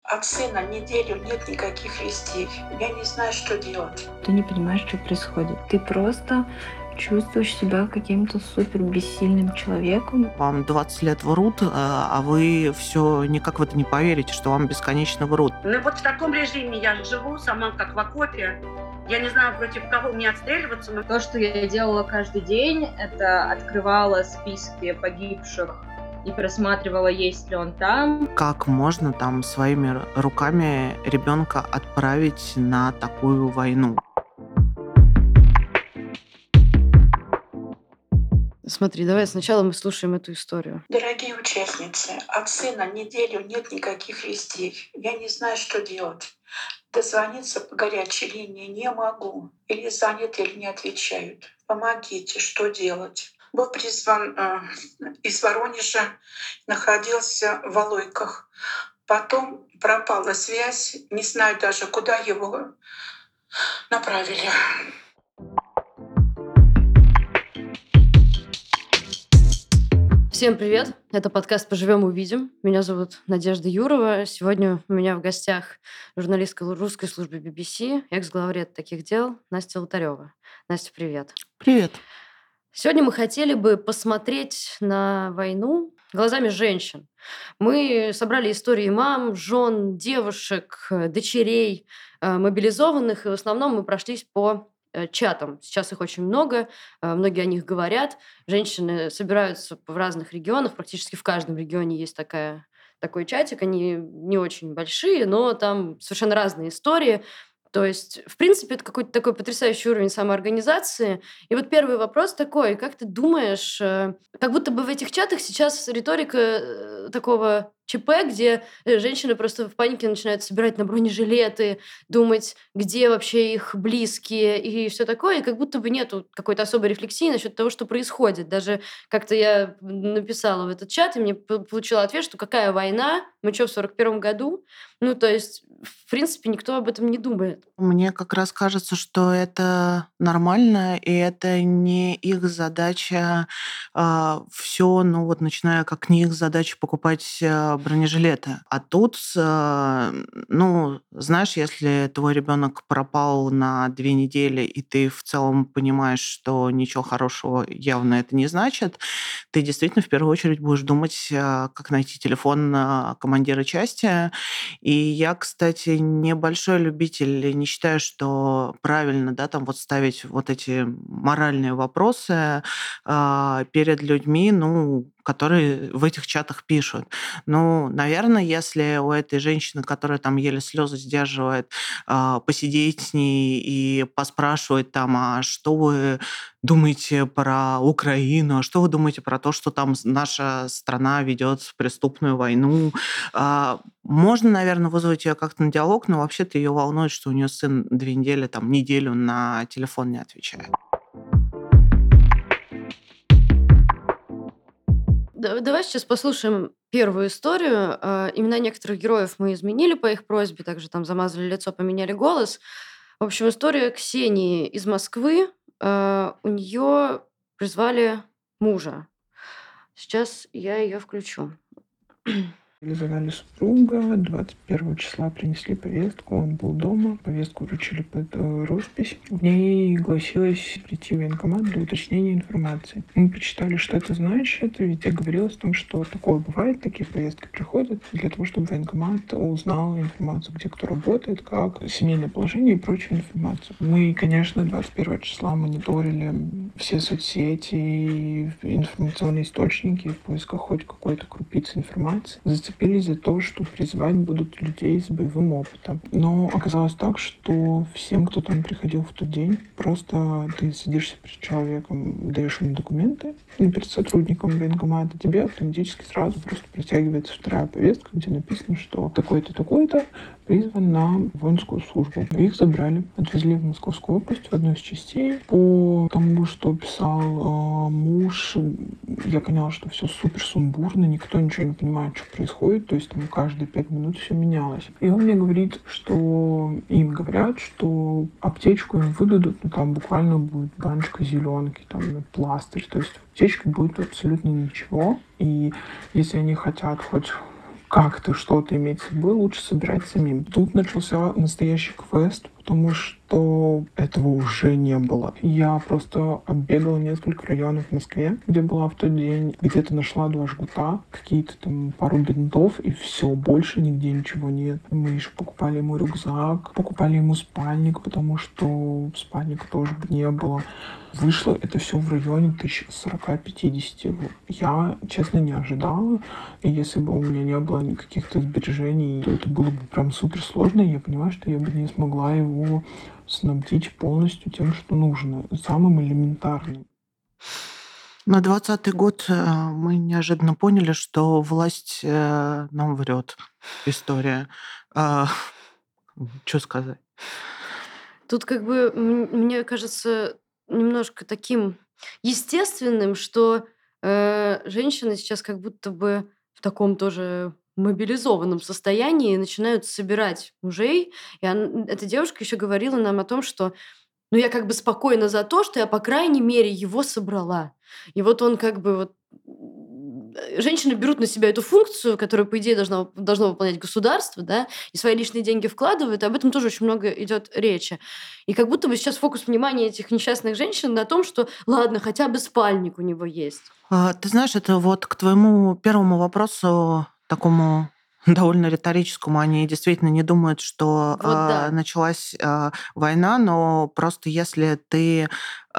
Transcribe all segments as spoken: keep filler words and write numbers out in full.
От сына неделю нет никаких вестей. Я не знаю, что делать. Ты не понимаешь, что происходит. Ты просто чувствуешь себя каким-то супер бессильным человеком. Вам двадцать лет врут, а вы все никак в это не поверите, что вам бесконечно врут. Ну вот в таком режиме я живу, сама как в окопе. Я не знаю, против кого мне отстреливаться. Но... То, что я делала каждый день, это открывала списки погибших и просматривала, есть ли он там. Как можно там своими руками ребенка отправить на такую войну? Смотри, давай сначала мы слушаем эту историю. Дорогие участницы, от сына неделю нет никаких вестей. Я не знаю, что делать. Дозвониться по горячей линии не могу. Или заняты, или не отвечают. Помогите, что делать? Был призван э, из Воронежа, находился в Алойках. Потом пропала связь. Не знаю даже, куда его направили. Всем привет! Это подкаст «Поживем, увидим». Меня зовут Надежда Юрова. Сегодня у меня в гостях журналистка русской службы би би си, экс-главред таких дел Настя Лотарева. Настя, привет! Привет! Сегодня мы хотели бы посмотреть на войну глазами женщин. Мы собрали истории мам, жен, девушек, дочерей, мобилизованных, и в основном мы прошлись по чатам. Сейчас их очень много, многие о них говорят. Женщины собираются в разных регионах, практически в каждом регионе есть такая, такой чатик. Они не очень большие, но там совершенно разные истории. То есть, в принципе, это какой-то такой потрясающий уровень самоорганизации. И вот первый вопрос такой, как ты думаешь, как будто бы в этих чатах сейчас риторика такого ЧП, где женщины просто в панике начинают собирать на бронежилеты, думать, где вообще их близкие и все такое, и как будто бы нету какой-то особой рефлексии насчет того, что происходит. Даже как-то я написала в этот чат, и мне получила ответ, что какая война, мы что, в сорок первом году? Ну, то есть, в принципе, никто об этом не думает. Мне как раз кажется, что это нормально, и это не их задача а, все, ну вот начиная как не их задача покупать а, бронежилеты. А тут, а, ну, знаешь, если твой ребенок пропал на две недели, и ты в целом понимаешь, что ничего хорошего явно это не значит, ты действительно в первую очередь будешь думать, а, как найти телефон а, командира части. И я, кстати, небольшой любитель, не считаю, что правильно, да, там вот ставить вот эти моральные вопросы а, перед людьми, ну, которые в этих чатах пишут. Ну, наверное, если у этой женщины, которая там еле слезы сдерживает, а, посидеть с ней и поспрашивать там, а что вы думаете про Украину, а что вы думаете про то, что там наша страна ведет преступную войну, а, можно, наверное, вызвать ее как-то на диалог, но вообще-то ее волнует, что у нее сын две недели, там, неделю на телефон не отвечает. Давай сейчас послушаем первую историю. Имена некоторых героев мы изменили по их просьбе, также там замазали лицо, поменяли голос. В общем, история Ксении из Москвы. У нее призвали мужа. Сейчас я ее включу. Вызывали супруга, двадцать первого числа принесли повестку, он был дома, повестку вручили под э, роспись. В ней гласилось прийти в военкомат для уточнения информации. Мы прочитали, что это значит, ведь я говорилось о том, что такое бывает, такие повестки приходят для того, чтобы военкомат узнал информацию, где кто работает, как, семейное положение и прочую информацию. Мы, конечно, двадцать первого числа мониторили все соцсети и информационные источники в поисках хоть какой-то крупицы информации. Зацепились за то, что призывать будут людей с боевым опытом. Но оказалось так, что всем, кто там приходил в тот день, просто ты садишься перед человеком, даешь ему документы, и перед сотрудником военкомата тебе автоматически сразу просто протягивается вторая повестка, где написано, что такой-то, такой-то призван на воинскую службу. Их забрали, отвезли в Московскую область, в одну из частей. По тому, что писал э, муж, я поняла, что все супер сумбурно, никто ничего не понимает, что происходит, то есть там каждые пять минут все менялось. И он мне говорит, что им говорят, что аптечку им выдадут, ну там буквально будет баночка зеленки, там пластырь, то есть в аптечке будет абсолютно ничего. И если они хотят хоть как-то что-то иметь с собой, лучше собирать самим. Тут начался настоящий квест, потому что этого уже не было. Я просто оббегала несколько районов в Москве, где была в тот день, где-то нашла два жгута, какие-то там пару бинтов, и все, больше нигде ничего нет. Мы еще покупали ему рюкзак, покупали ему спальник, потому что спальника тоже не было. Вышло это все в районе тысяч сорок-пятьдесят. Я, честно, не ожидала. И если бы у меня не было никаких-то сбережений, то это было бы прям супер сложно. И я понимаю, что я бы не смогла его снабдить полностью тем, что нужно. Самым элементарным. На двадцатый год э, мы неожиданно поняли, что власть э, нам врет. История. Что сказать? Тут как бы, м, мне кажется, немножко таким естественным, что э, женщины сейчас как будто бы в таком тоже мобилизованном состоянии начинают собирать мужей. И он- эта девушка еще говорила нам о том, что ну, я как бы спокойна за то, что я, по крайней мере, его собрала. И вот он как бы вот... м, э, Женщины берут на себя эту функцию, которую, по идее, должно, должно выполнять государство, да, и свои личные деньги вкладывают, и об этом тоже очень много идет речи. И как будто бы сейчас фокус внимания этих несчастных женщин на том, что, ладно, хотя бы спальник у него есть. А, Ты знаешь, это вот к твоему первому вопросу, такому довольно риторическому, они действительно не думают, что Вот а, да. началась а, война, но просто если ты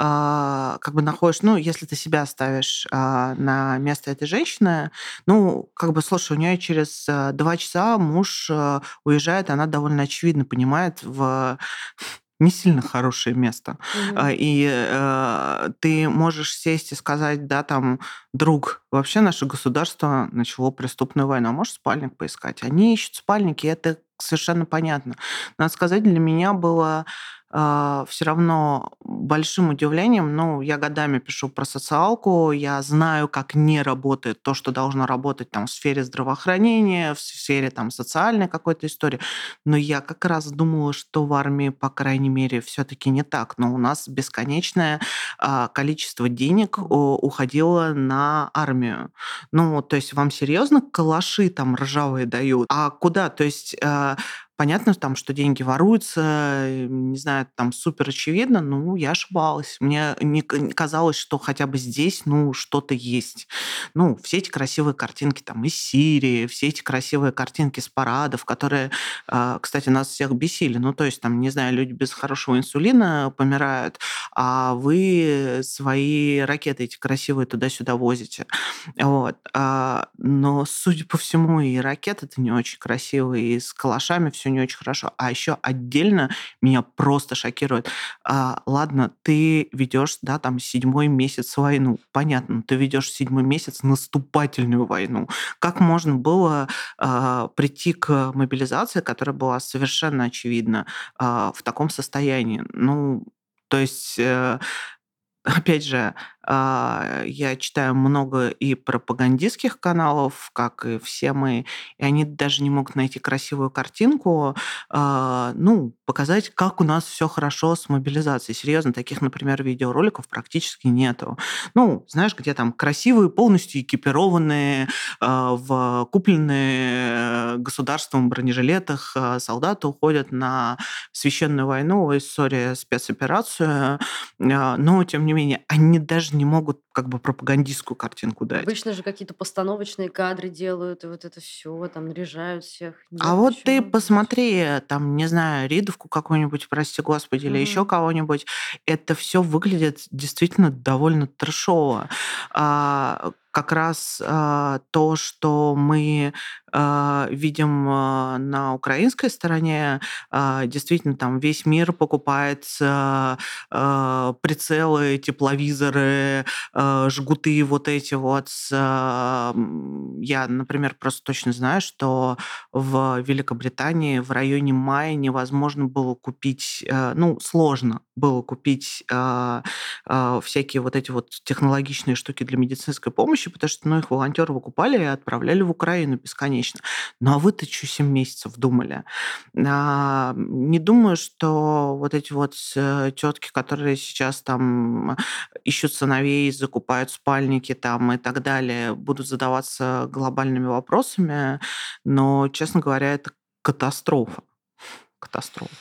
а, как бы находишь, ну, если ты себя ставишь а, на место этой женщины, ну, как бы, слушай, у нее через а, два часа муж а, уезжает, она довольно очевидно понимает в не сильно хорошее место. А, Мгм. И э, ты можешь сесть и сказать, да, там, друг, вообще наше государство начало преступную войну, а можешь спальник поискать? Они ищут спальники, это совершенно понятно. Надо сказать, для меня было все равно большим удивлением, ну, я годами пишу про социалку, я знаю, как не работает то, что должно работать там в сфере здравоохранения, в сфере там социальной какой-то истории, но я как раз думала, что в армии, по крайней мере, все-таки не так. Но у нас бесконечное а, количество денег о, уходило на армию. Ну, то есть вам серьезно калаши там ржавые дают? А куда? То есть а, понятно там, что деньги воруются, э, не знаю, там супер очевидно, ну, я ошибалась. Мне не к- не казалось, что хотя бы здесь, ну, что-то есть. Ну, все эти красивые картинки там из Сирии, все эти красивые картинки с парадов, которые а, кстати, нас всех бесили. Ну, то есть, там, не знаю, люди без хорошего инсулина помирают, а вы свои ракеты эти красивые туда-сюда возите. Вот. А, Но, судя по всему, и ракеты-то не очень красивые, и с калашами все не очень хорошо. А еще отдельно меня просто шокирует. А, ладно, ты ведешь, да, там, седьмой месяц войну. Понятно, ты ведешь седьмой месяц наступательную войну. Как можно было а, прийти к мобилизации, которая была совершенно очевидна, а, в таком состоянии? Ну, то есть, э, опять же, а, я читаю много и пропагандистских каналов, как и все мы, и они даже не могут найти красивую картинку, а, ну, показать, как у нас все хорошо с мобилизацией. Серьезно, таких, например, видеороликов практически нету. Ну, знаешь, где там красивые, полностью экипированные, а, в купленные э, государством бронежилетах а, солдаты уходят на священную войну, ой, сори, спецоперацию, а, но, тем не менее, они даже не могут как бы пропагандистскую картинку дать. Обычно же какие-то постановочные кадры делают, и вот это все, там наряжают всех. А Нет, вот ты почему здесь? посмотри, там, не знаю, Ридовку какую-нибудь, прости господи, или еще Мгм. кого-нибудь. Это все выглядит действительно довольно трэшово. А, Как раз а, то, что мы а, видим а, на украинской стороне, а, действительно, там весь мир покупает а, а, прицелы, тепловизоры, а, жгуты вот эти вот. с, а, м, Я, например, просто точно знаю, что в Великобритании в районе мая невозможно было купить, э, ну, сложно было купить а, а, всякие вот эти вот технологичные штуки для медицинской помощи, помощи, потому что, ну, их волонтеры выкупали и отправляли в Украину бесконечно. Ну, а вы-то чё семь месяцев думали? А, не думаю, что вот эти вот э, тетки, которые сейчас там ищут сыновей, закупают спальники там и так далее, будут задаваться глобальными вопросами, но, честно говоря, это катастрофа. Катастрофа.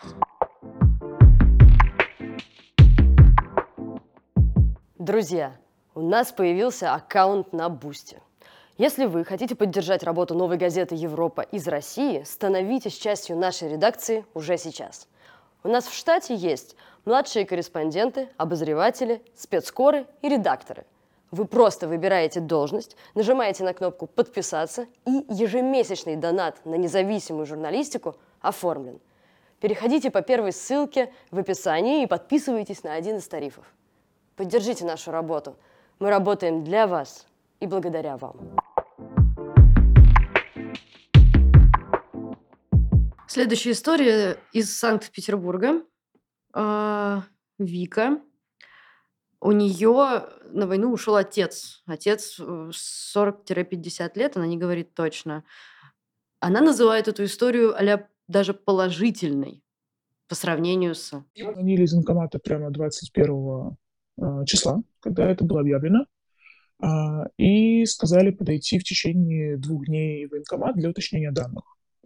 Друзья, у нас появился аккаунт на Бусти. Если вы хотите поддержать работу «Новой газеты Европа» из России, становитесь частью нашей редакции уже сейчас. У нас в штате есть младшие корреспонденты, обозреватели, спецкоры и редакторы. Вы просто выбираете должность, нажимаете на кнопку «Подписаться», и ежемесячный донат на независимую журналистику оформлен. Переходите по первой ссылке в описании и подписывайтесь на один из тарифов. Поддержите нашу работу. Мы работаем для вас и благодаря вам. Следующая история из Санкт-Петербурга. А, Вика. У нее на войну ушел отец. Отец э, сорок-пятьдесят лет, она не говорит точно. Она называет эту историю а-ля даже положительной по сравнению с... Звонили из военкомата прямо двадцать первого э, числа, когда это было объявлено, а, и сказали подойти в течение двух дней в военкомат для уточнения данных.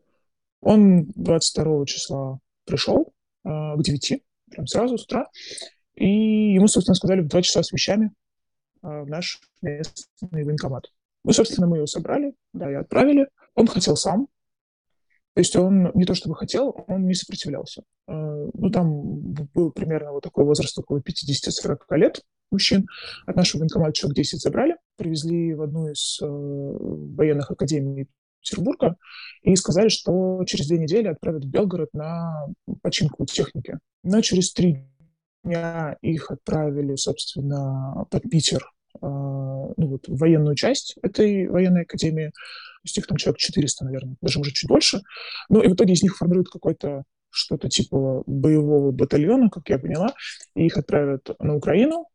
Он двадцать второго числа пришел а, к девяти, прям сразу с утра, и ему, собственно, сказали в два часа с вещами а, в наш местный военкомат. Ну, собственно, мы его собрали, да, и отправили. Он хотел сам, то есть он не то чтобы хотел, он не сопротивлялся. А, ну, там был примерно вот такой возраст, около пятьдесят-сорок лет мужчин. От нашего военкомата человек десять забрали, привезли в одну из э, военных академий Петербурга и сказали, что через две недели отправят в Белгород на починку техники. Но через три дня их отправили, собственно, под Питер, э, ну, вот, в военную часть этой военной академии. То есть их там человек четыреста, наверное, даже уже чуть больше. Ну и в итоге из них формируют какой-то что-то типа боевого батальона, как я поняла, и их отправят на Украину,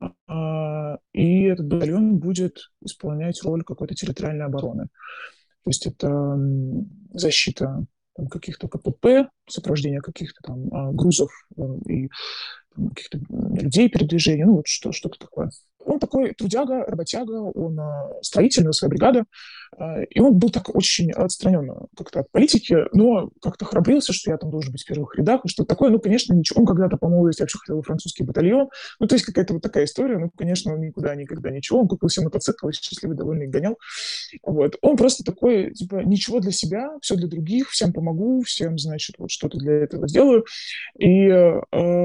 и этот батальон будет исполнять роль какой-то территориальной обороны. То есть это защита там, каких-то КПП, сопровождение каких-то там грузов и там, каких-то людей, передвижения, ну вот что, что-то такое. Он такой трудяга, работяга, он строитель, у него своя бригада, и он был так очень отстранен как-то от политики, но как-то храбрился, что я там должен быть в первых рядах, и что-то такое. Ну, конечно, ничего. Он когда-то по молодости вообще хотел в французский батальон. Ну, то есть какая-то вот такая история. Ну, конечно, он никуда никогда ничего. Он купил себе мотоцикл, счастливый, довольный, гонял. Вот. Он просто такой, типа, ничего для себя, все для других, всем помогу, всем, значит, вот что-то для этого сделаю. И э,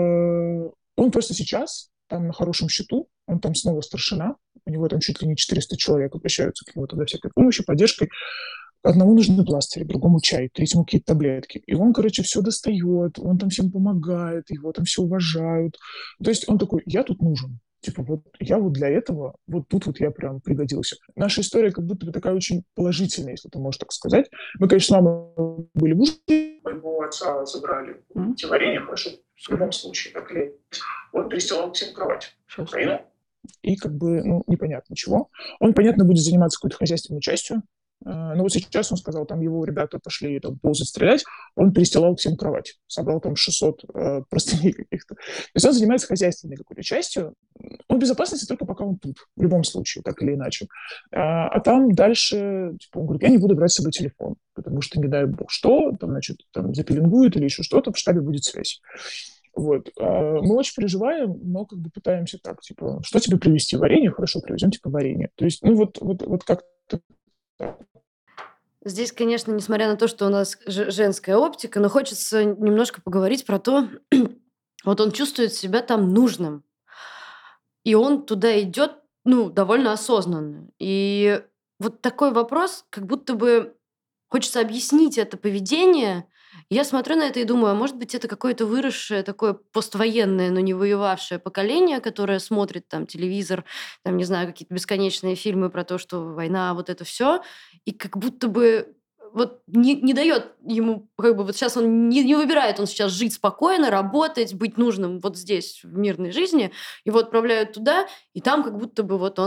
он просто сейчас там на хорошем счету, он там снова старшина, у него там чуть ли не четыреста человек обращаются к нему за всякой помощью, поддержкой. Одному нужны пластыри, другому чай, третьему какие-то таблетки. И он, короче, все достает, он там всем помогает, его там все уважают. То есть он такой, я тут нужен. Типа вот я вот для этого, вот тут вот я прям пригодился. Наша история как будто бы такая очень положительная, если ты можешь так сказать. Мы, конечно, с мамой были в ужасе. Моего отца забрали эти варенья, хорошо, в любом случае, так или он перестилал всем кровать в Украину. И как бы, ну, непонятно чего. Он, понятно, будет заниматься какой-то хозяйственной частью. Но вот сейчас он сказал, там его ребята пошли там, ползать, стрелять, он перестилал всем кровать, собрал там шестьсот э, простыней каких-то. То есть он занимается хозяйственной какой-то частью. Он в безопасности только пока он тут, в любом случае, так или иначе. А, а там дальше, типа, он говорит, я не буду брать с собой телефон, потому что, не дай бог, что, там, значит, там запеленгуют или еще что-то, в штабе будет связь. Вот. Мы очень переживаем, но как бы пытаемся так, типа, что тебе привезти? Варенье? Хорошо, привезем, типа, варенье. То есть, ну вот, вот, вот как-то... Здесь, конечно, несмотря на то, что у нас ж- женская оптика, но хочется немножко поговорить про то, вот он чувствует себя там нужным, и он туда идет, ну, довольно осознанно. И вот такой вопрос, как будто бы хочется объяснить это поведение. Я смотрю на это и думаю, а может быть, это какое-то выросшее, такое поствоенное, но не воевавшее поколение, которое смотрит там телевизор, там, не знаю, какие-то бесконечные фильмы про то, что война, вот это все, и как будто бы вот не, не дает ему, как бы вот сейчас он не, не выбирает, он сейчас жить спокойно, работать, быть нужным вот здесь, в мирной жизни, его отправляют туда, и там как будто бы вот он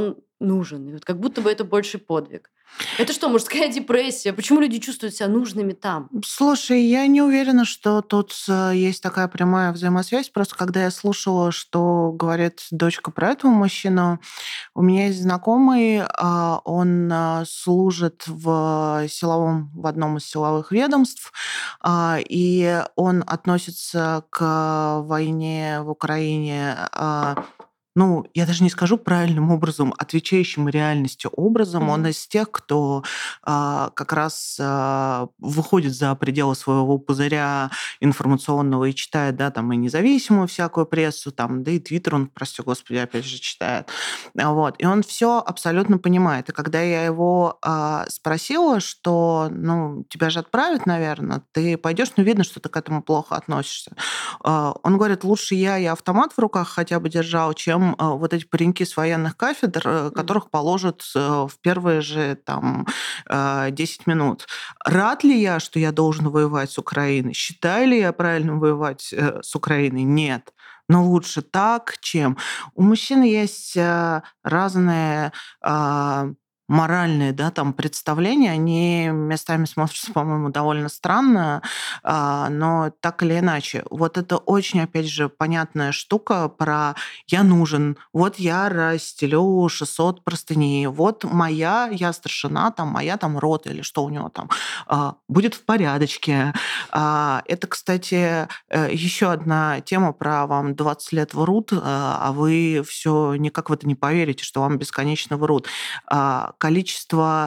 нужен. И вот как будто бы это больший подвиг. Это что, мужская депрессия? Почему люди чувствуют себя нужными там? Слушай, я не уверена, что тут э, есть такая прямая взаимосвязь. Просто когда я слушала, что говорит дочка про этого мужчину, у меня есть знакомый, а, он а, служит в силовом, в одном из силовых ведомств, а, и он относится к войне в Украине, а, ну, я даже не скажу правильным образом, отвечающим реальности образом. Он Мгм. из тех, кто а, как раз а, выходит за пределы своего пузыря информационного и читает, да, там и независимую всякую прессу, там, да и Твиттер он, прости господи, опять же читает. А, Вот. И он все абсолютно понимает. И когда я его а, спросила, что, ну, тебя же отправят, наверное, ты пойдешь, ну, видно, что ты к этому плохо относишься. А, Он говорит, лучше я и автомат в руках хотя бы держал, чем а, вот эти пареньки с военных кафедр, э, Мгм. которых положат э, в первые же там э, десять минут. Рад ли я, что я должен воевать с Украиной? Считаю ли я правильным воевать э, с Украиной? Нет. Но лучше так, чем... У мужчин есть э, разные а, моральные, да, там представления, они местами смотрятся, по-моему, довольно странно, а, но так или иначе. Вот это очень, опять же, понятная штука про «я нужен», вот я расстелю шестьсот простыней, вот моя, я старшина, там, моя там рота или что у него там, а, будет в порядочке. А, Это, кстати, еще одна тема про «вам двадцать лет врут, а а вы все никак в это не поверите, что вам бесконечно врут». А, Количество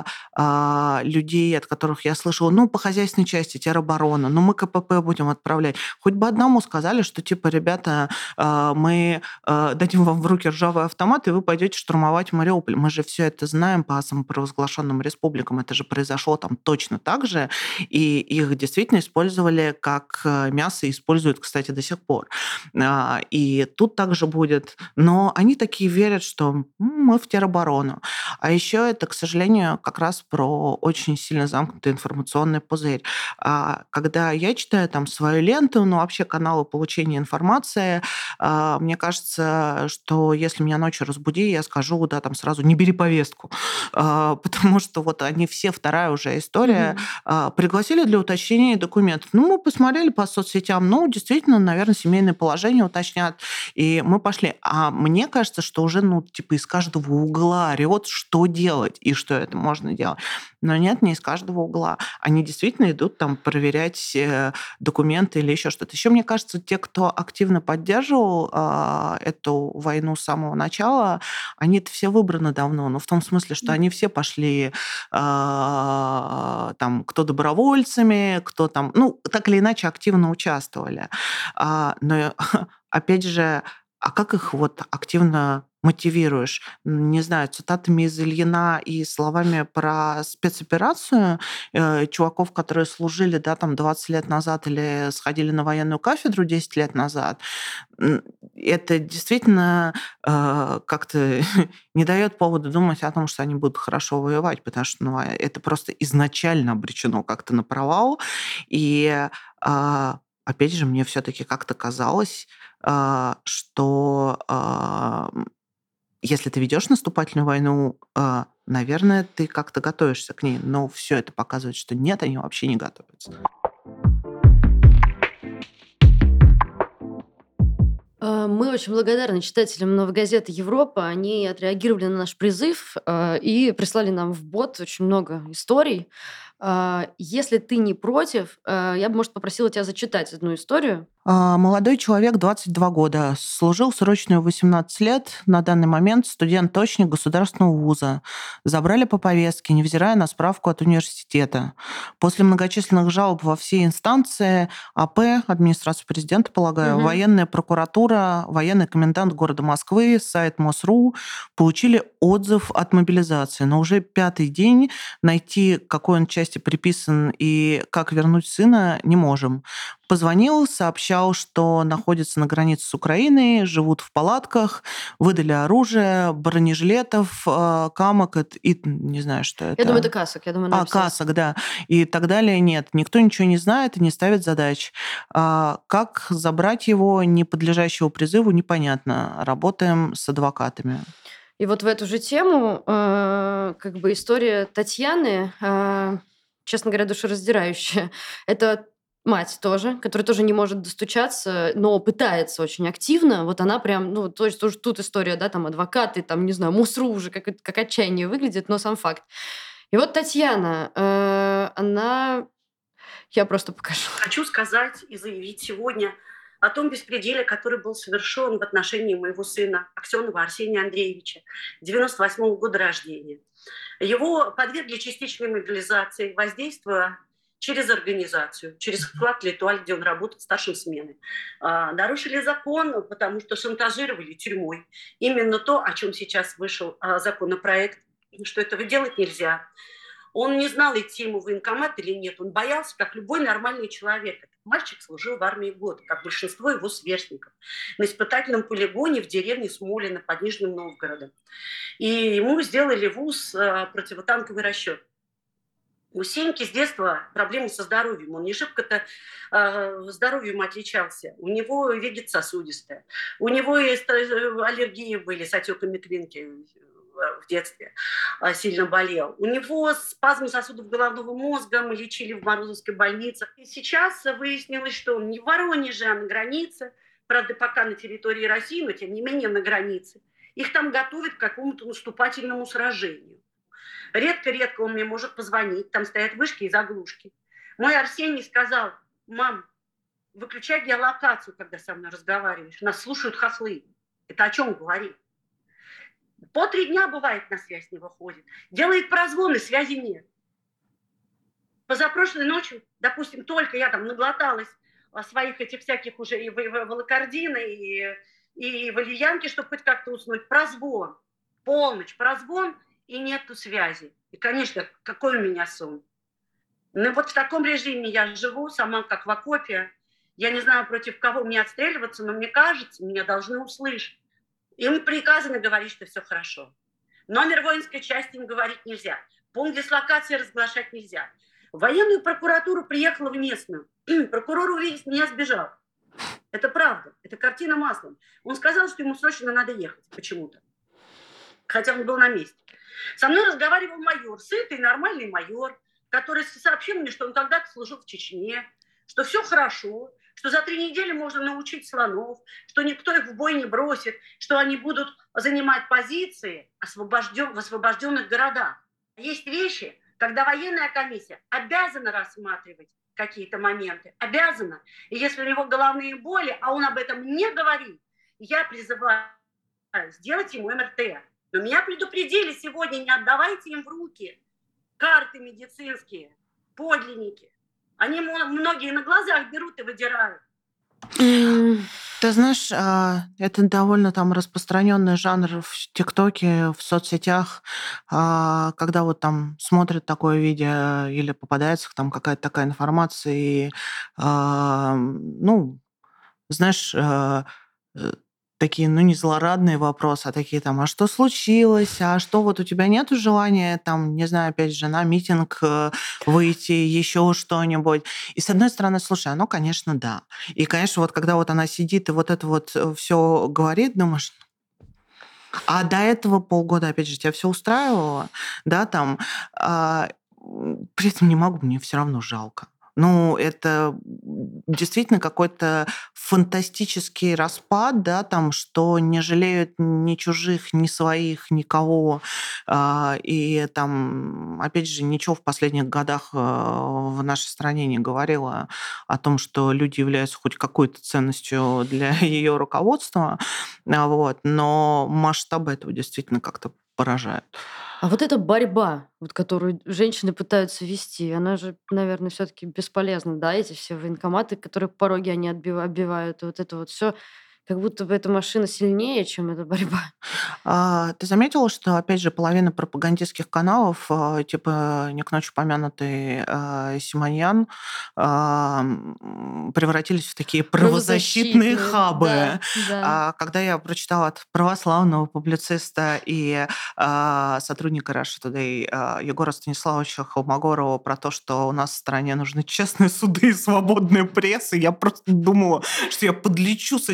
а, людей, от которых я слышала, ну, по хозяйственной части, тероборона, ну, мы КПП будем отправлять. Хоть бы одному сказали, что, типа, ребята, а, мы а, дадим вам в руки ржавый автомат, и вы пойдете штурмовать Мариуполь. Мы же все это знаем по самопровозглашенным республикам. Это же произошло там точно так же, и их действительно использовали как э, мясо, и используют, кстати, до сих пор. А, И тут также будет. Но они такие верят, что «М, мы в тероборону». А еще это, к сожалению, как раз про очень сильно замкнутый информационный пузырь. А, Когда я читаю там свою ленту, ну, вообще каналы получения информации, а, мне кажется, что если меня ночью разбуди, я скажу, да, там сразу не бери повестку, А, потому что вот они все, вторая уже история, Мгм. а, пригласили для уточнения документов. Ну, мы посмотрели по соцсетям, ну, действительно, наверное, семейное положение уточнят, и мы пошли. А мне кажется, что уже, ну, типа из каждого угла орёт, что делать и что это можно делать. Но нет, не из каждого угла. Они действительно идут там проверять э, документы или еще что-то. Еще, мне кажется, те, кто активно поддерживал а, эту войну с самого начала, они-то все выбраны давно. Ну, в том смысле, что они все пошли а, там, кто добровольцами, кто там, ну, так или иначе активно участвовали. А, но, опять же, а как их вот активно мотивируешь? М, Не знаю, цитатами из Ильина и словами про спецоперацию э, чуваков, которые служили, да, там двадцать лет назад или сходили на военную кафедру десять лет назад. М, Это действительно э, как-то не дает повода думать о том, что они будут хорошо воевать, потому что ну, а это просто изначально обречено как-то на провал. И а, опять же, мне все-таки как-то казалось, а, что а, м, если ты ведешь наступательную войну, а, наверное, ты как-то готовишься к ней. Но все это показывает, что нет, они вообще не готовятся. Э, Мы очень благодарны читателям «Новой газеты Европа». Они отреагировали на наш призыв э, и прислали нам в бот очень много историй. А, Если ты не против, э, я бы, может, попросила тебя зачитать одну историю. А, Молодой человек, двадцать два года, служил срочную восемнадцать лет, на данный момент студент-точник государственного вуза. Забрали по повестке, невзирая на справку от университета. После многочисленных жалоб во все инстанции, АП, администрация президента, полагаю, Мгм. военная прокуратура, военный комендант города Москвы, сайт МОСРУ получили отзыв от мобилизации. Но уже пятый день найти, к какой он части приписан и как вернуть сына, не можем. Позвонил, сообщал, что находится на границе с Украиной, живут в палатках, выдали оружие, бронежилетов, э, камок и, и не знаю, что это. Я думаю, это касок. Я думаю, она А, написала. касок, да. И так далее. Нет, никто ничего не знает и не ставит задач. А, как забрать его, не подлежащего призыву, непонятно. Работаем с адвокатами. И вот в эту же тему э, как бы история Татьяны, э, честно говоря, душераздирающая. Это мать тоже, которая тоже не может достучаться, но пытается очень активно. Вот она прям, ну, то есть тоже тут история, да, там адвокаты, там, не знаю, мусру уже, как, как отчаяние выглядит, но сам факт. И вот Татьяна, э, она... Я просто покажу. Хочу сказать и заявить сегодня о том беспределе, который был совершен в отношении моего сына Аксенова Арсения Андреевича, девяносто восьмого года рождения. Его подвергли частичной мобилизации, воздействуя через организацию, через склад «Литуаль», где он работает старшим смены. А, нарушили закон, потому что шантажировали тюрьмой. Именно то, о чем сейчас вышел а, законопроект, что этого делать нельзя. Он не знал, идти ему в военкомат или нет. Он боялся, как любой нормальный человек. Этот мальчик служил в армии год, как большинство его сверстников, на испытательном полигоне в деревне Смолино под Нижним Новгородом. И ему сделали в ВУЗ э, противотанковый расчет. У Сеньки с детства проблемы со здоровьем. Он не шибко-то э, здоровьем отличался. У него вегет сосудистая. У него и аллергии были с отеками клинки в детстве, сильно болел. У него спазм сосудов головного мозга, мы лечили в Морозовской больнице. И сейчас выяснилось, что он не в Воронеже, а на границе. Правда, пока на территории России, но тем не менее на границе. Их там готовят к какому-то наступательному сражению. Редко-редко он мне может позвонить, там стоят вышки и заглушки. Мой Арсений сказал: мам, выключай геолокацию, когда со мной разговариваешь. Нас слушают хохлы. Это о чем говорит? По три дня, бывает, на связь не выходит. Делает прозвоны, связи нет. Позапрошлой ночью, допустим, только я там наглоталась своих этих всяких уже и волокордина, и, и валерьянки, чтобы хоть как-то уснуть. Прозвон. Полночь, прозвон, и нету связи. И, конечно, какой у меня сон. Ну вот в таком режиме я живу, сама как в окопе. Я не знаю, против кого мне отстреливаться, но мне кажется, меня должны услышать. Им приказано говорить, что все хорошо. Номер воинской части им говорить нельзя. Пункт дислокации разглашать нельзя. В военную прокуратуру приехала в местную. Прокурор увидеть меня сбежал. Это правда. Это картина маслом. Он сказал, что ему срочно надо ехать почему-то. Хотя он был на месте. Со мной разговаривал майор, сытый, нормальный майор, который сообщил мне, что он когда-то служил в Чечне, что все хорошо, что за три недели можно научить слонов, что никто их в бой не бросит, что они будут занимать позиции освобожден, в освобожденных городах. Есть вещи, когда военная комиссия обязана рассматривать какие-то моменты, обязана. И если у него головные боли, а он об этом не говорит, я призываю сделать ему эм эр тэ. Но меня предупредили сегодня, не отдавайте им в руки карты медицинские, подлинники. Они многие на глазах берут и выдирают. Ты знаешь, это довольно там распространенный жанр в ТикТоке, в соцсетях, когда вот там смотрят такое видео или попадается там какая-то такая информация, и, ну, знаешь, такие, ну, не злорадные вопросы, а такие там: а что случилось? А что, вот у тебя нету желания, там, не знаю, опять же, на митинг выйти, еще что-нибудь? И с одной стороны, слушай, оно, конечно, да. И, конечно, вот когда вот она сидит и вот это вот все говорит, думаешь, а до этого полгода, опять же, тебя все устраивало, да, там, а, при этом не могу, мне все равно жалко. Ну, это действительно какой-то фантастический распад, да, там, что не жалеют ни чужих, ни своих, никого. И там, опять же, ничего в последних годах в нашей стране не говорило о том, что люди являются хоть какой-то ценностью для ее руководства. Вот. Но масштабы этого действительно как-то поражают. А вот эта борьба, вот, которую женщины пытаются вести, она же, наверное, все-таки бесполезна, да, эти все военкоматы, которые пороги они отбив- оббивают, и вот это вот все, как будто бы эта машина сильнее, чем эта борьба. А, Ты заметила, что, опять же, половина пропагандистских каналов, а, типа не к ночи помянутый а, Симоньян, а, м, превратились в такие правозащитные Правозащитные, хабы. да, да. А, Когда я прочитала от православного публициста и а, сотрудника Russia Today а, Егора Станиславовича Холмогорова про то, что у нас в стране нужны честные суды и свободная пресса, я просто думала, что я подлечу с этим телефоном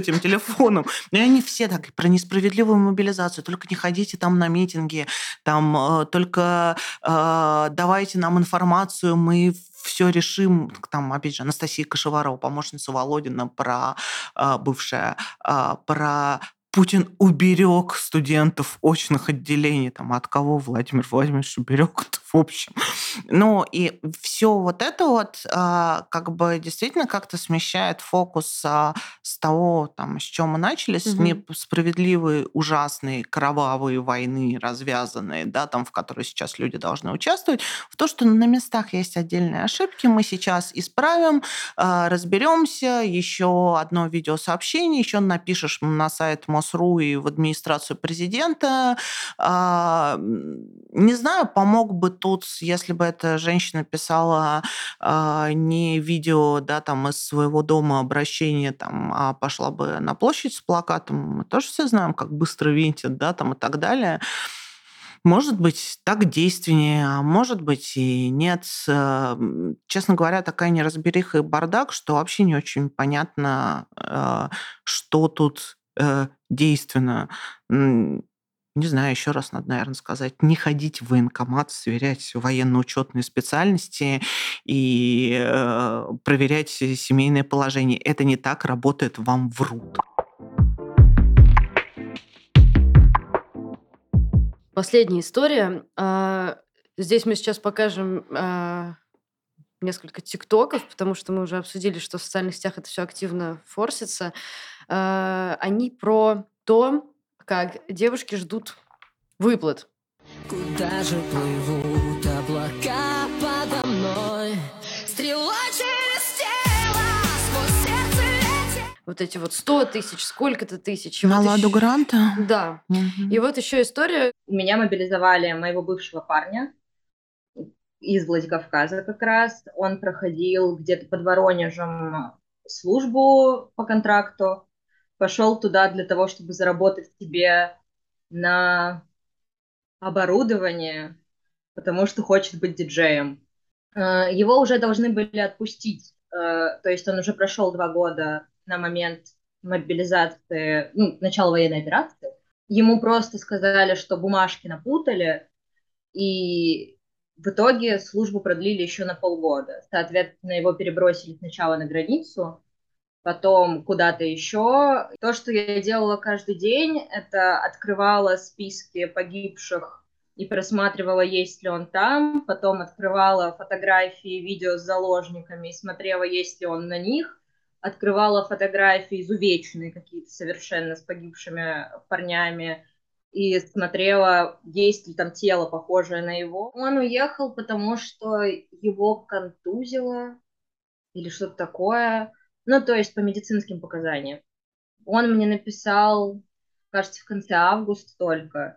мегафоном. И они все так про несправедливую мобилизацию. Только не ходите там на митинги, там, только э, давайте нам информацию, мы все решим. Там, опять же, Анастасия Кашеварова, помощница Володина, про э, бывшая, э, про Путин уберег студентов очных отделений. Там, от кого Владимир Владимирович уберег, в общем. Ну, и все вот это вот а, как бы действительно как-то смещает фокус а, с того, там, с чем мы начали, с Мгм. несправедливой, ужасной, кровавой войны, развязанной, да, там, в которой сейчас люди должны участвовать, в то, что на местах есть отдельные ошибки, мы сейчас исправим, а, разберемся, еще одно видеосообщение, еще напишешь на сайт МОСРУ и в администрацию президента. А, м, Не знаю, помог бы тут, если бы эта женщина писала а, не видео, да, там, из своего дома обращение, там, а пошла бы на площадь с плакатом. Мы тоже все знаем, как быстро винтят, да, там, и так далее. Может быть, так действеннее, а может быть и нет. Э, м, Честно говоря, такая неразбериха и бардак, что вообще не очень понятно, э, что тут э, действенно. М, Не знаю, еще раз надо, наверное, сказать, не ходить в военкомат, сверять военно-учетные специальности и э, проверять семейное положение. Это не так работает, вам врут. Последняя история. А, Здесь мы сейчас покажем а, несколько тиктоков, потому что мы уже обсудили, что в социальных сетях это все активно форсится. А, Они про то, как девушки ждут выплат. Куда же плывут облака подо мной? Стрела через тело, сквозь сердце летит. Вот эти вот сто тысяч, сколько-то тысяч. И На вот ладу ещё- гранта? Да. Мгм. И вот еще история. Меня мобилизовали моего бывшего парня из Владикавказа как раз. Он проходил где-то под Воронежем службу по контракту. Пошел туда для того, чтобы заработать себе на оборудование, потому что хочет быть диджеем. Э, Его уже должны были отпустить. Э, То есть он уже прошел два года на момент мобилизации, ну, начала военной операции. Ему просто сказали, что бумажки напутали, и в итоге службу продлили еще на полгода. Соответственно, его перебросили сначала на границу, потом куда-то еще. То, что я делала каждый день, это открывала списки погибших и просматривала, есть ли он там, потом открывала фотографии, видео с заложниками и смотрела, есть ли он на них, открывала фотографии изувеченные какие-то совершенно с погибшими парнями и смотрела, есть ли там тело, похожее на его. Он уехал, потому что его контузило или что-то такое. Ну, то есть по медицинским показаниям. Он мне написал, кажется, в конце августа только.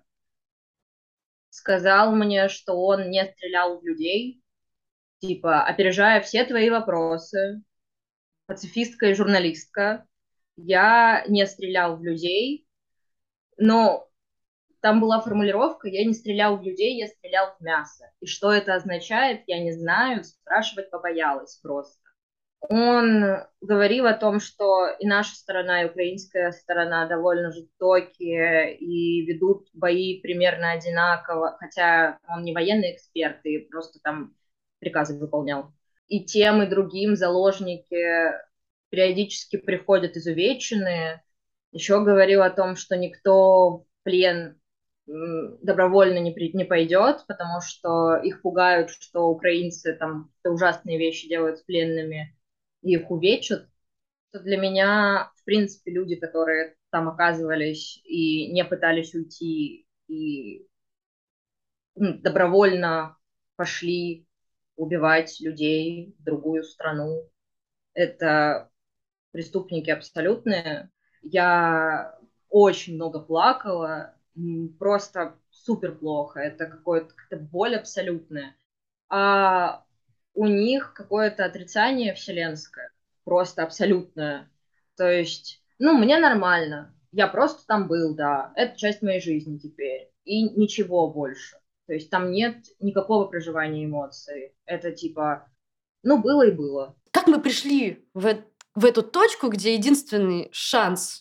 Сказал мне, что он не стрелял в людей, типа, опережая все твои вопросы, пацифистка и журналистка. Я не стрелял в людей, но там была формулировка «я не стрелял в людей, я стрелял в мясо». И что это означает, я не знаю, спрашивать побоялась просто. Он говорил о том, что и наша сторона, и украинская сторона довольно жестокие и ведут бои примерно одинаково, хотя он не военный эксперт и просто там приказы выполнял. И тем, и другим заложники периодически приходят изувеченные. Еще говорил о том, что никто в плен добровольно не, при, не пойдет, потому что их пугают, что украинцы там ужасные вещи делают с пленными, и их увечат. То для меня, в принципе, люди, которые там оказывались и не пытались уйти, и ну, добровольно пошли убивать людей в другую страну, это преступники абсолютные. Я очень много плакала, просто супер плохо, это какое-то, какая-то боль абсолютная. А у них какое-то отрицание вселенское, просто абсолютное. То есть, ну, мне нормально, я просто там был, да, это часть моей жизни теперь, и ничего больше. То есть там нет никакого проживания эмоций. Это типа, ну, было и было. Как мы пришли в, э- в эту точку, где единственный шанс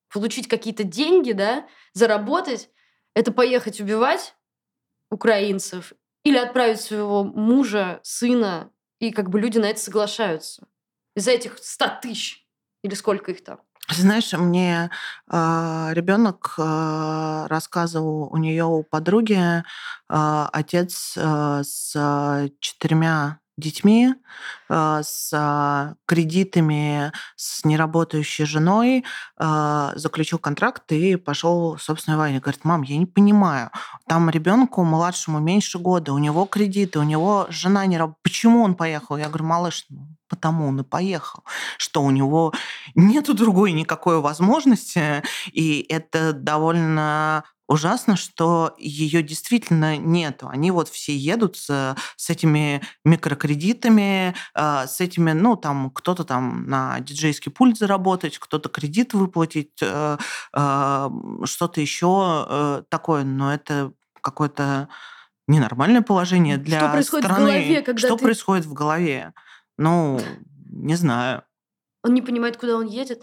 получить какие-то деньги, да, заработать, это поехать убивать украинцев или отправить своего мужа, сына, и как бы люди на это соглашаются. Из-за этих ста тысяч или сколько их там. Знаешь, мне э, ребенок э, рассказывал, у нее у подруги э, отец э, с четырьмя детьми, э, с э, кредитами, с неработающей женой, э, заключил контракт и пошел в собственной войне. Говорит, мам, я не понимаю, там ребенку младшему меньше года, у него кредиты, у него жена не работает. Почему он поехал? Я говорю, малыш, ну, потому он и поехал, что у него нету другой никакой возможности, и это довольно ужасно, что ее действительно нету. Они вот все едут с, с этими микрокредитами, э, с этими, ну, там, кто-то там на диджейский пульт заработать, кто-то кредит выплатить, э, э, что-то еще э, такое, но это какое-то ненормальное положение для Что происходит страны. в голове, когда Что ты... происходит в голове? Ну, не знаю. Он не понимает, куда он едет?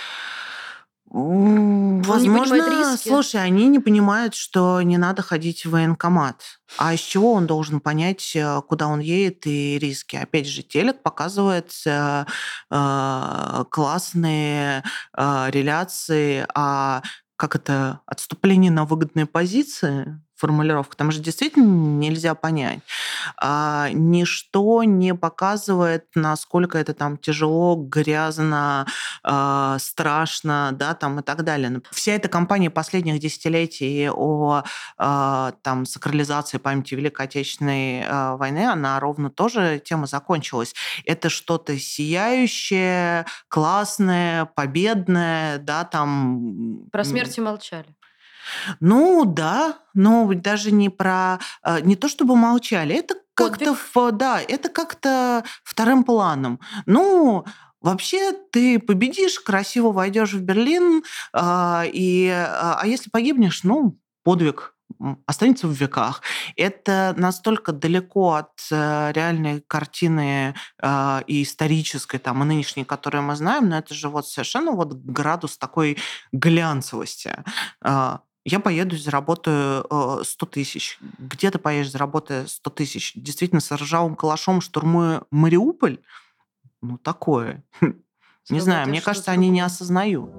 М, Он не понимает Возможно, риски? слушай, они не понимают, что не надо ходить в военкомат. А из чего он должен понять, э, куда он едет и риски? Опять же, телек показывает э, э, классные э, реляции о как это отступление на выгодные позиции, формулировка, там же действительно нельзя понять. А, ничто не показывает, насколько это там тяжело, грязно, а, страшно, да, там и так далее. Вся эта кампания последних десятилетий о а, там, сакрализации памяти Великой Отечественной а, войны, она ровно тоже тема закончилась. Это что-то сияющее, классное, победное, да, там... Про м, смерти молчали. Ну да, но ведь даже не про... э, Не то чтобы молчали, это как-то... Подвиг. в- Да, это как-то вторым планом. Ну, вообще ты победишь, красиво войдешь в Берлин, а, и, а а если погибнешь, ну, подвиг м, останется в веках. Это настолько далеко от э, реальной картины э, и исторической, там, и нынешней, которую мы знаем, но это же вот совершенно вот градус такой глянцевости. А, Я поеду, заработаю э, сто тысяч. Где ты поедешь, заработая сто тысяч? Действительно, с ржавым калашом штурмуя Мариуполь? Ну, такое. Не знаю, мне Сработаешь кажется, что-то они не другое. осознают.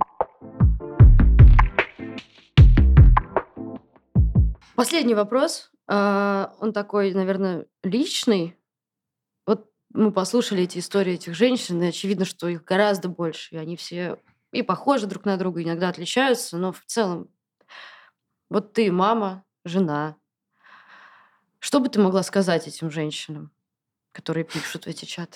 Последний вопрос. А, Он такой, наверное, личный. Вот мы послушали эти истории этих женщин, и очевидно, что их гораздо больше. И они все и похожи друг на друга, иногда отличаются, но в целом вот ты мама, жена. Что бы ты могла сказать этим женщинам, которые пишут в эти чаты?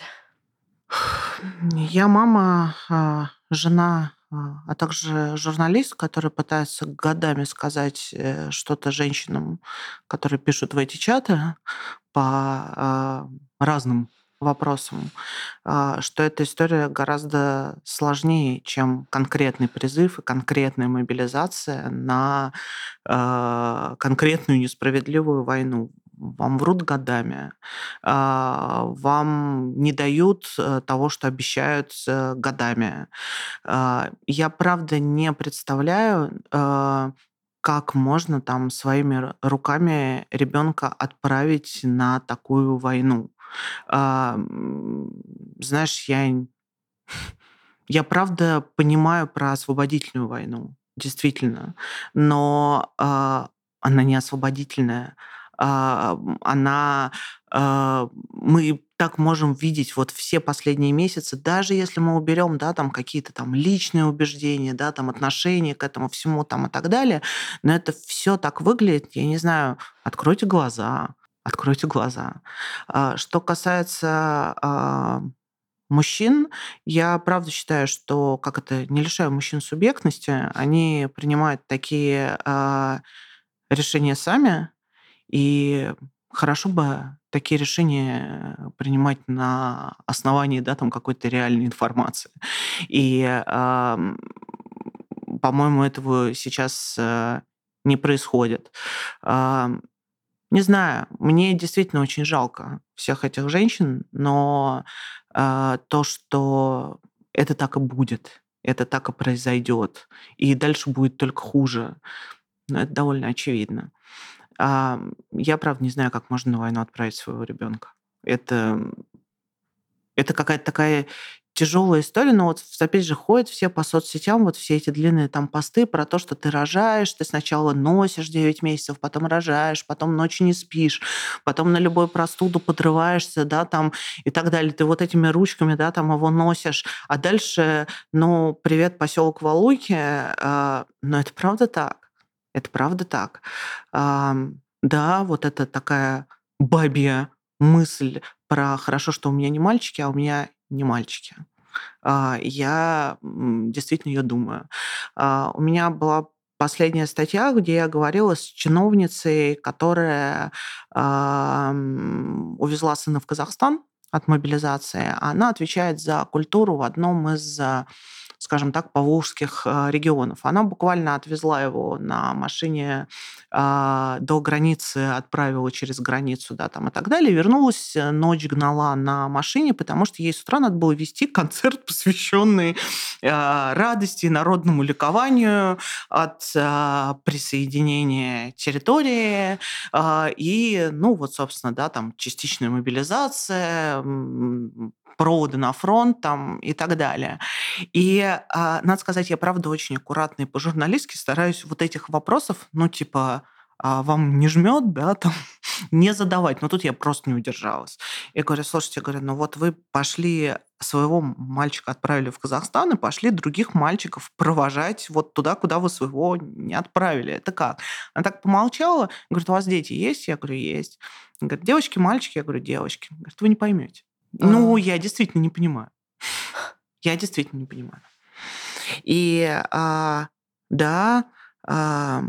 Я мама, а, жена, а а также журналист, который пытается годами сказать э, что-то женщинам, которые пишут в эти чаты по а, разным вопросам, а, что эта история гораздо сложнее, чем конкретный призыв и конкретная мобилизация на а, конкретную несправедливую войну. Вам врут годами, а, вам не дают э, того, что обещают э, годами. А, Я правда не представляю, э, как можно там своими р- руками ребенка отправить на такую войну. А, м, Знаешь, я, н- я правда понимаю про освободительную войну, действительно, но а, она не освободительная. А, м, Она, а, мы так можем видеть вот все последние месяцы, даже если мы уберем, да, там какие-то там личные убеждения, да, там отношения к этому всему там и так далее, но это все так выглядит, я не знаю, откройте глаза, откройте глаза. А, Что касается а, мужчин, я правда считаю, что, как это, не лишаю мужчин субъектности, они принимают такие а, решения сами, и хорошо бы такие решения принимать на основании, да, там какой-то реальной информации. И, ам, по-моему, этого сейчас э, не происходит. Ам, Не знаю, мне действительно очень жалко всех этих женщин, но а, то, что это так и будет, это так и произойдет. И дальше будет только хуже. Но это довольно очевидно. А, я, правда, не знаю, как можно на войну отправить своего ребенка. Это, это какая-то такая тяжелая история, но вот опять же ходят все по соцсетям, вот все эти длинные там посты про то, что ты рожаешь, ты сначала носишь девять месяцев, потом рожаешь, потом ночью не спишь, потом на любую простуду подрываешься, да, там и так далее. Ты вот этими ручками, да, там его носишь, а дальше, ну, привет, поселок Валуйки, а, но это правда так, это правда так. А, да, вот это такая бабья мысль про хорошо, что у меня не мальчики, а у меня не мальчики. А, Я м, действительно ее думаю. А, У меня была последняя статья, где я говорила с чиновницей, которая а, м, увезла сына в Казахстан от мобилизации. Она отвечает за культуру в одном из, а, скажем так, поволжских а, регионов. Она буквально отвезла его на машине а, до границы, отправила через границу, да, там и так далее. Вернулась, э, ночь гнала на машине, потому что ей с утра надо было вести концерт, посвященный а, радости и народному ликованию от а, присоединения территории а, и, ну, вот, собственно, да, там частичная мобилизация, м, проводы на фронт там и так далее. И, а, надо сказать, я правда очень аккуратно и по-журналистски стараюсь вот этих вопросов, ну, типа, а вам не жмет, да, там, не задавать. Но тут я просто не удержалась. Я говорю, слушайте, говорю, ну вот вы пошли своего мальчика отправили в Казахстан и пошли других мальчиков провожать вот туда, куда вы своего не отправили. Это как? Она так помолчала, говорит, у вас дети есть? Я говорю, есть. Она говорит, девочки, мальчики? Я говорю, девочки. Говорит, вы не поймете. Ну, А. я действительно не понимаю. Я действительно не понимаю. И а, да, а,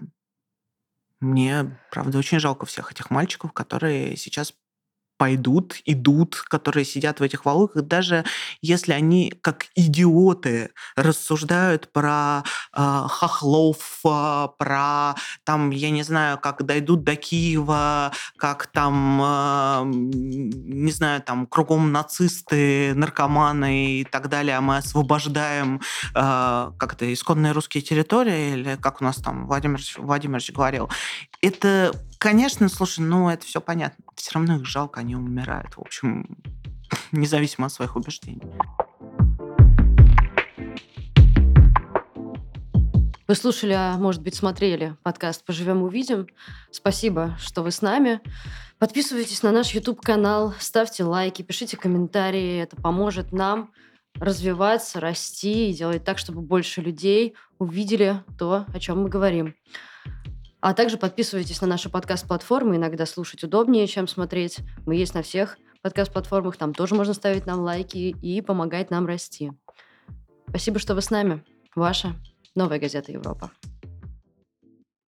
мне, правда, очень жалко всех этих мальчиков, которые сейчас пойдут, идут, которые сидят в этих валуках, даже если они как идиоты рассуждают про а, хохлов, а, про там, я не знаю, как дойдут до Киева, как там, а, м, не знаю, там кругом нацисты, наркоманы и так далее, а мы освобождаем а, как-то исконные русские территории, или как у нас там Владимир Владимирович говорил. Это, конечно, слушай, ну это все понятно. Все равно их жалко, они умирают. В общем, независимо от своих убеждений. Вы слушали, а может быть, смотрели подкаст «Поживем, увидим». Спасибо, что вы с нами. Подписывайтесь на наш YouTube-канал, ставьте лайки, пишите комментарии. Это поможет нам развиваться, расти и делать так, чтобы больше людей увидели то, о чем мы говорим. А также подписывайтесь на наши подкаст-платформы. Иногда слушать удобнее, чем смотреть. Мы есть на всех подкаст-платформах. Там тоже можно ставить нам лайки и помогать нам расти. Спасибо, что вы с нами. Ваша Новая газета Европа.